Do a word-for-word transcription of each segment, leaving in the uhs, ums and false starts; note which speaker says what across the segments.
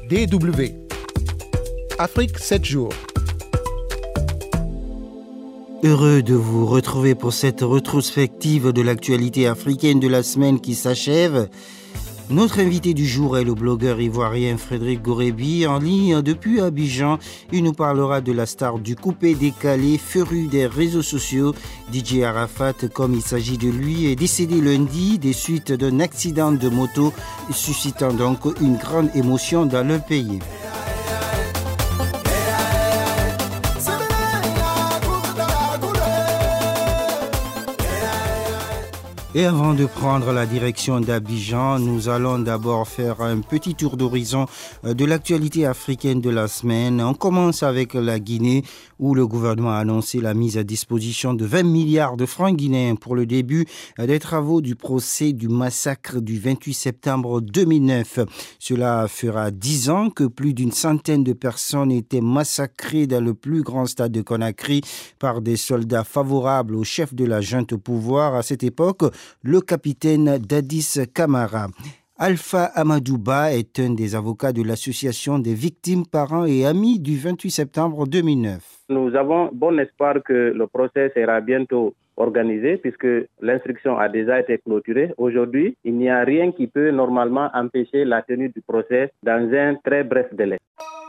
Speaker 1: D W. Afrique sept jours.
Speaker 2: Heureux de vous retrouver pour cette rétrospective de l'actualité africaine de la semaine qui s'achève. Notre invité du jour est le blogueur ivoirien Frédéric Gorebi, en ligne depuis Abidjan. Il nous parlera de la star du coupé-décalé, féru des réseaux sociaux. D J Arafat, comme il s'agit de lui, est décédé lundi des suites d'un accident de moto, suscitant donc une grande émotion dans le pays. Et avant de prendre la direction d'Abidjan, nous allons d'abord faire un petit tour d'horizon de l'actualité africaine de la semaine. On commence avec la Guinée, où le gouvernement a annoncé la mise à disposition de vingt milliards de francs guinéens pour le début des travaux du procès du massacre du vingt-huit septembre deux mille neuf. Cela fera dix ans que plus d'une centaine de personnes étaient massacrées dans le plus grand stade de Conakry par des soldats favorables au chef de la junte au pouvoir à cette époque, le capitaine Dadis Camara. Alpha Amadouba est un des avocats de l'association des victimes, parents et amis du vingt-huit septembre deux mille neuf.
Speaker 3: Nous avons bon espoir que le procès sera bientôt organisé puisque l'instruction a déjà été clôturée. Aujourd'hui, il n'y a rien qui peut normalement empêcher la tenue du procès dans un très bref délai.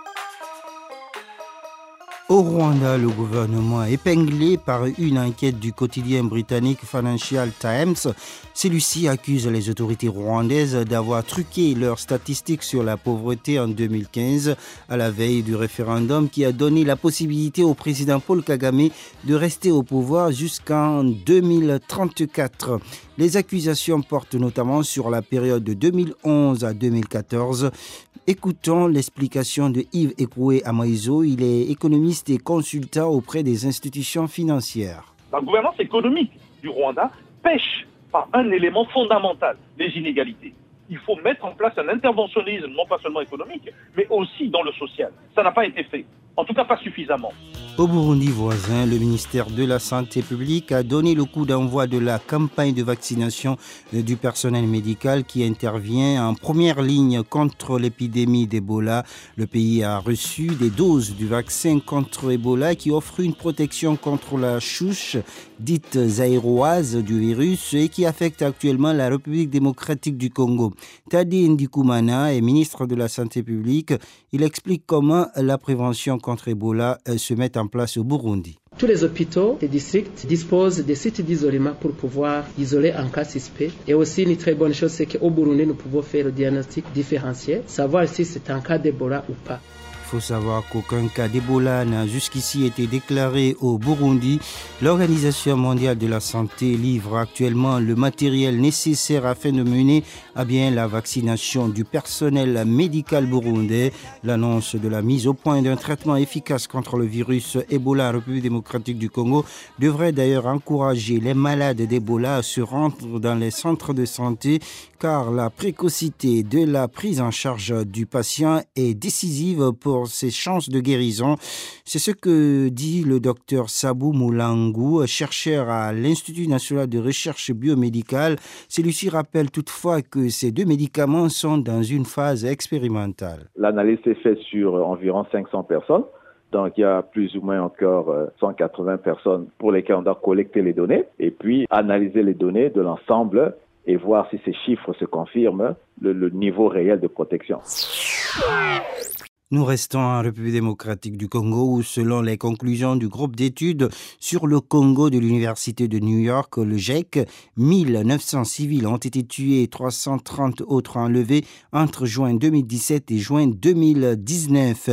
Speaker 2: Au Rwanda, le gouvernement épinglé par une enquête du quotidien britannique Financial Times. Celui-ci accuse les autorités rwandaises d'avoir truqué leurs statistiques sur la pauvreté en deux mille quinze, à la veille du référendum qui a donné la possibilité au président Paul Kagame de rester au pouvoir jusqu'en deux mille trente-quatre. Les accusations portent notamment sur la période de deux mille onze à deux mille quatorze. Écoutons l'explication de Yves Ekoué Amaïzo. Il est économiste et consultant auprès des institutions financières.
Speaker 4: La gouvernance économique du Rwanda pêche par un élément fondamental, les inégalités. Il faut mettre en place un interventionnisme, non pas seulement économique, mais aussi dans le social. Ça n'a pas été fait, en tout cas pas suffisamment.
Speaker 2: Au Burundi voisin, le ministère de la Santé publique a donné le coup d'envoi de la campagne de vaccination du personnel médical qui intervient en première ligne contre l'épidémie d'Ebola. Le pays a reçu des doses du vaccin contre Ebola qui offre une protection contre la souche dite zaïroise du virus et qui affecte actuellement la République démocratique du Congo. Tadi Ndikumana est ministre de la Santé publique. Il explique comment la prévention contre Ebola se met en place au Burundi.
Speaker 5: Tous les hôpitaux des districts disposent de sites d'isolement pour pouvoir isoler en cas suspect. Et aussi, une très bonne chose, c'est qu'au Burundi, nous pouvons faire le diagnostic différenciel, savoir si c'est un cas d'Ebola ou pas.
Speaker 2: Il faut savoir qu'aucun cas d'Ebola n'a jusqu'ici été déclaré au Burundi. L'Organisation mondiale de la santé livre actuellement le matériel nécessaire afin de mener à bien la vaccination du personnel médical burundais. L'annonce de la mise au point d'un traitement efficace contre le virus Ebola en République démocratique du Congo devrait d'ailleurs encourager les malades d'Ebola à se rendre dans les centres de santé car la précocité de la prise en charge du patient est décisive pour ses chances de guérison. C'est ce que dit le docteur Sabou Moulangu, chercheur à l'Institut national de recherche biomédicale. Celui-ci rappelle toutefois que ces deux médicaments sont dans une phase expérimentale.
Speaker 6: L'analyse s'est faite sur environ cinq cents personnes. Donc, il y a plus ou moins encore cent quatre-vingts personnes pour lesquelles on doit collecter les données et puis analyser les données de l'ensemble et voir si ces chiffres se confirment, le, le niveau réel de protection.
Speaker 2: Nous restons en République démocratique du Congo où, selon les conclusions du groupe d'études sur le Congo de l'Université de New York, le G E C, mille neuf cents civils ont été tués et trois cent trente autres enlevés entre juin deux mille dix-sept et juin deux mille dix-neuf.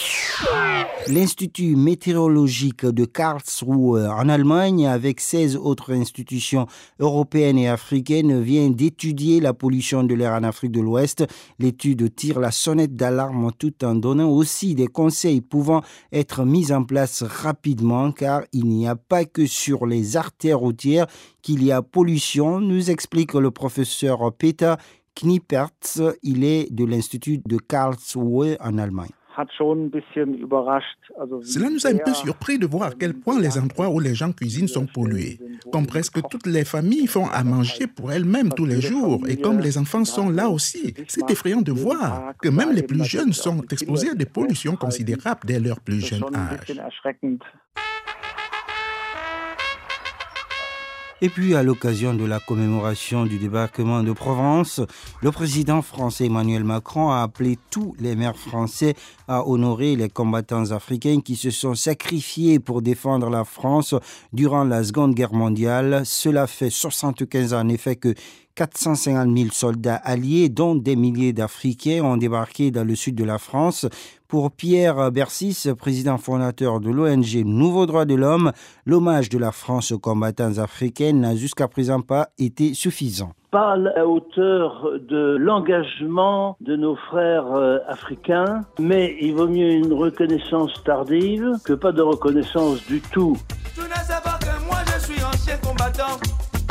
Speaker 2: L'Institut météorologique de Karlsruhe en Allemagne, avec seize autres institutions européennes et africaines, vient d'étudier la pollution de l'air en Afrique de l'Ouest. L'étude tire la sonnette d'alarme tout en donnant aussi des conseils pouvant être mis en place rapidement, car il n'y a pas que sur les artères routières qu'il y a pollution, nous explique le professeur Peter Kniepertz. Il est de l'Institut de Karlsruhe en Allemagne.
Speaker 1: Cela nous a un peu surpris de voir à quel point les endroits où les gens cuisinent sont pollués. Comme presque toutes les familles font à manger pour elles-mêmes tous les jours et comme les enfants sont là aussi. C'est effrayant de voir que même les plus jeunes sont exposés à des pollutions considérables dès leur plus jeune âge.
Speaker 2: Et puis, à l'occasion de la commémoration du débarquement de Provence, le président français Emmanuel Macron a appelé tous les maires français à honorer les combattants africains qui se sont sacrifiés pour défendre la France durant la Seconde Guerre mondiale. Cela fait soixante-quinze ans en effet que quatre cent cinquante mille soldats alliés, dont des milliers d'Africains, ont débarqué dans le sud de la France. Pour Pierre Bercis, président fondateur de l'O N G Nouveau Droit de l'Homme, l'hommage de la France aux combattants africains n'a jusqu'à présent pas été suffisant.
Speaker 7: Pas à la hauteur de l'engagement de nos frères euh, africains, mais il vaut mieux une reconnaissance tardive que pas de reconnaissance du tout.
Speaker 8: Tu ne sais pas que moi je suis ancien combattant.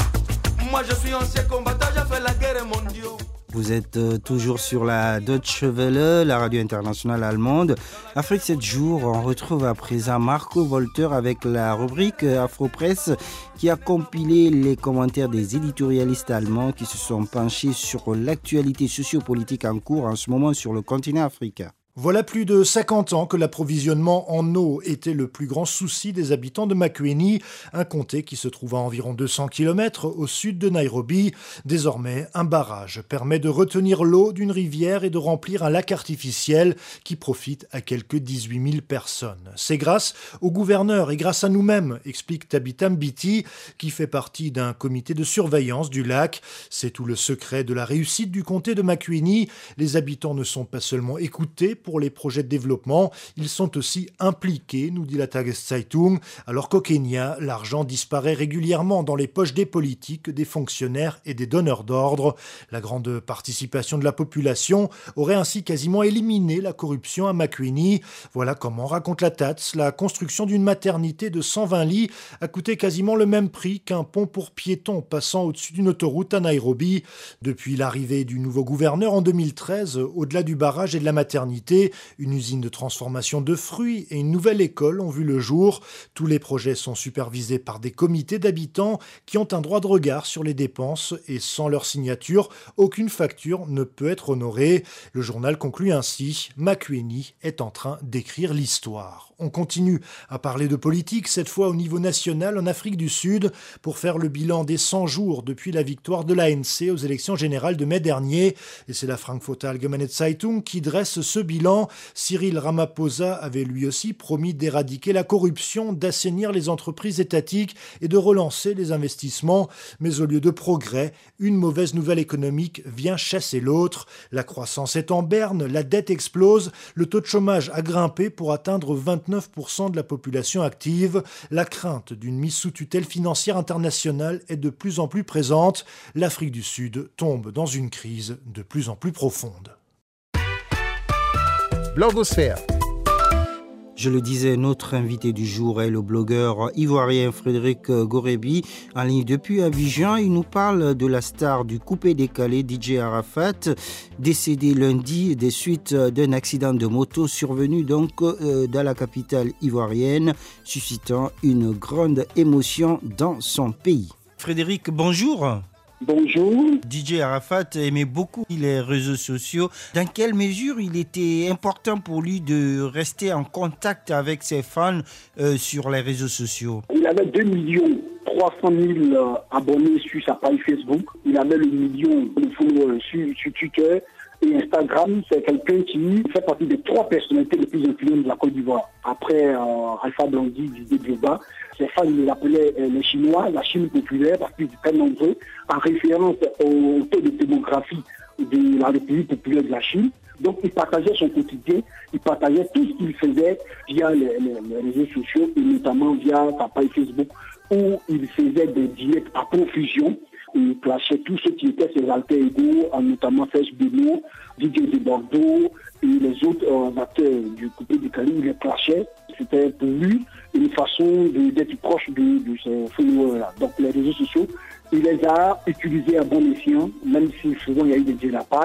Speaker 8: Moi je suis ancien combattant, j'ai fait la guerre mondiale.
Speaker 2: Vous êtes euh, toujours sur la Deutsche Welle, la radio internationale allemande. Afrique sept jours, on retrouve à présent Marco Wolter avec la rubrique Afro-Presse qui a compilé les commentaires des éditorialistes allemands qui se sont penchés sur l'actualité sociopolitique en cours en ce moment sur le continent africain.
Speaker 9: Voilà plus de cinquante ans que l'approvisionnement en eau était le plus grand souci des habitants de Makueni, un comté qui se trouve à environ deux cents kilomètres au sud de Nairobi. Désormais, un barrage permet de retenir l'eau d'une rivière et de remplir un lac artificiel qui profite à quelques dix-huit mille personnes. C'est grâce au gouverneur et grâce à nous-mêmes, explique Tabitha Mbiti, qui fait partie d'un comité de surveillance du lac. C'est tout le secret de la réussite du comté de Makueni. Les habitants ne sont pas seulement écoutés pour les projets de développement, ils sont aussi impliqués, nous dit la Tageszeitung, alors qu'au Kenya, l'argent disparaît régulièrement dans les poches des politiques, des fonctionnaires et des donneurs d'ordre. La grande participation de la population aurait ainsi quasiment éliminé la corruption à Makueni. Voilà comment, raconte la Taz, la construction d'une maternité de cent vingt lits a coûté quasiment le même prix qu'un pont pour piétons passant au-dessus d'une autoroute à Nairobi. Depuis l'arrivée du nouveau gouverneur en deux mille treize, au-delà du barrage et de la maternité, une usine de transformation de fruits et une nouvelle école ont vu le jour. Tous les projets sont supervisés par des comités d'habitants qui ont un droit de regard sur les dépenses et sans leur signature, aucune facture ne peut être honorée. Le journal conclut ainsi: Makueni est en train d'écrire l'histoire. On continue à parler de politique, cette fois au niveau national en Afrique du Sud, pour faire le bilan des cent jours depuis la victoire de l'A N C aux élections générales de mai dernier. Et c'est la Frankfurter Allgemeine Zeitung qui dresse ce bilan. Cyril Ramaphosa avait lui aussi promis d'éradiquer la corruption, d'assainir les entreprises étatiques et de relancer les investissements. Mais au lieu de progrès, une mauvaise nouvelle économique vient chasser l'autre. La croissance est en berne, la dette explose, le taux de chômage a grimpé pour atteindre vingt-neuf pour cent de la population active. La crainte d'une mise sous tutelle financière internationale est de plus en plus présente. L'Afrique du Sud tombe dans une crise de plus en plus profonde.
Speaker 1: Blogosphère.
Speaker 2: Je le disais, notre invité du jour est le blogueur ivoirien Frédéric Gorebi, en ligne depuis Abidjan. Il nous parle de la star du coupé-décalé D J Arafat, décédé lundi des suites d'un accident de moto survenu donc euh, dans la capitale ivoirienne, suscitant une grande émotion dans son pays. Frédéric, bonjour.
Speaker 7: Bonjour.
Speaker 2: D J Arafat aimait beaucoup les réseaux sociaux. Dans quelle mesure il était important pour lui de rester en contact avec ses fans euh, sur les réseaux sociaux?
Speaker 10: Il avait deux millions trois cent mille euh, abonnés sur sa page Facebook. Il avait le million de followers sur, sur Twitter et Instagram. C'est quelqu'un qui fait partie des trois personnalités les plus influentes de la Côte d'Ivoire. Après euh, Alpha Blondy, Didier Drogba, ses fans ils l'appelaient euh, les Chinois, la Chine populaire, parce qu'ils étaient très nombreux, en référence au taux de démographie de la République populaire de la Chine. Donc il partageait son quotidien, il partageait tout ce qu'il faisait via les, les, les réseaux sociaux, et notamment via sa page Facebook, où il faisait des directs à profusion. Il clashait tous ceux qui étaient ses alter ego, notamment Serge Beno, Didier de Bordeaux et les autres euh, acteurs du coupé décalé. Il les clashait. C'était pour lui une façon de, d'être proche de, de ces followers-là. Donc les réseaux sociaux, il les a utilisés à bon escient, même si souvent il y a eu des dérapages.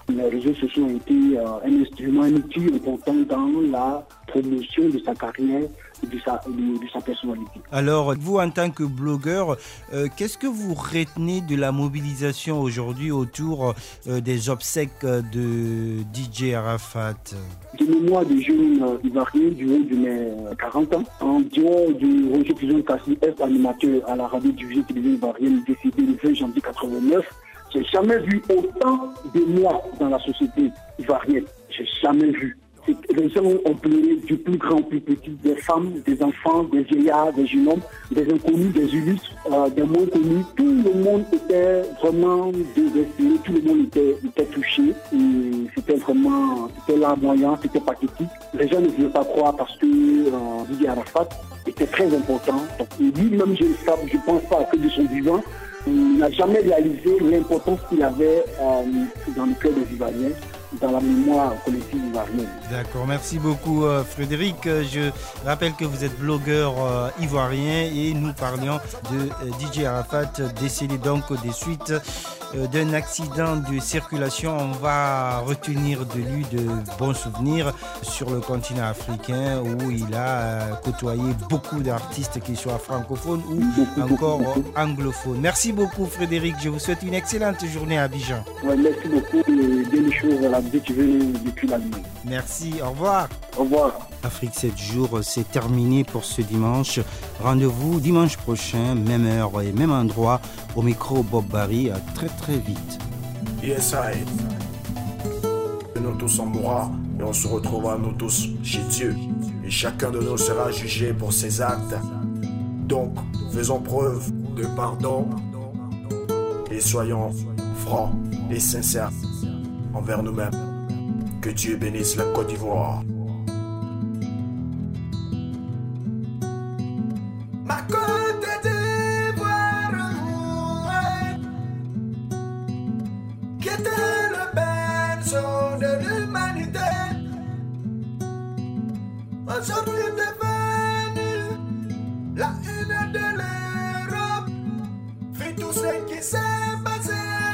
Speaker 10: Les réseaux sociaux ont été euh, un instrument, un outil important dans la promotion de sa carrière et de sa, de, de sa personnalité.
Speaker 2: Alors, vous, en tant que blogueur, euh, qu'est-ce que vous retenez de la mobilisation aujourd'hui autour euh, des obsèques de D J Arafat?
Speaker 10: De mémoire des jeunes euh, ivoiriens du haut de mes quarante ans, en dehors du Roger Pizon Kassi, ex-animateur à la radio-diffusion télévision ivoirienne, décédé le vingt janvier quatre-vingt-neuf, j'ai jamais vu autant de moi dans la société ivoirienne. J'ai jamais vu. Les gens ont pleuré du plus grand au plus petit, des femmes, des enfants, des vieillards, des jeunes hommes, des inconnus, des illustres, euh, des moins connus. Tout le monde était vraiment désespéré, tout le monde était, était touché. Et c'était vraiment, c'était larmoyant, c'était pathétique. Les gens ne voulaient pas croire parce que euh, Didier Arafat était très important. Donc, lui-même, je ne je pense pas que de son vivant, il n'a jamais réalisé l'importance qu'il avait euh, dans le cœur des Ivoiriens, dans la mémoire collective ivoirienne.
Speaker 2: D'accord, merci beaucoup euh, Frédéric. Je rappelle que vous êtes blogueur euh, ivoirien et nous parlions de euh, D J Arafat, décédé donc des suites euh, d'un accident de circulation. On va retenir de lui de bons souvenirs sur le continent africain où il a euh, côtoyé beaucoup d'artistes, qu'ils soient francophones ou beaucoup, encore beaucoup. anglophones. Merci beaucoup Frédéric, je vous souhaite une excellente journée à Abidjan.
Speaker 10: Ouais, merci beaucoup et belles choses à la depuis la nuit.
Speaker 2: Merci, au revoir.
Speaker 10: Au revoir.
Speaker 2: Afrique sept jours, c'est terminé pour ce dimanche. Rendez-vous dimanche prochain, même heure et même endroit, au micro Bob Barry. À très très vite.
Speaker 11: Yes, I. Nous tous on mourra et on se retrouvera nous tous chez Dieu. Et chacun de nous sera jugé pour ses actes. Donc, faisons preuve de pardon et soyons francs et sincères envers nous-mêmes. Que Dieu bénisse la Côte d'Ivoire.
Speaker 8: Ma Côte d'Ivoire, qui était le berceau de l'humanité, aujourd'hui devenue la une de l'Europe, fait tout ce qui s'est passé.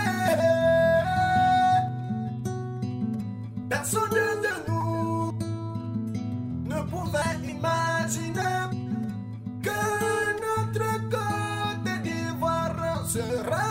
Speaker 8: Personne de nous ne pouvait imaginer que notre Côte d'Ivoire sera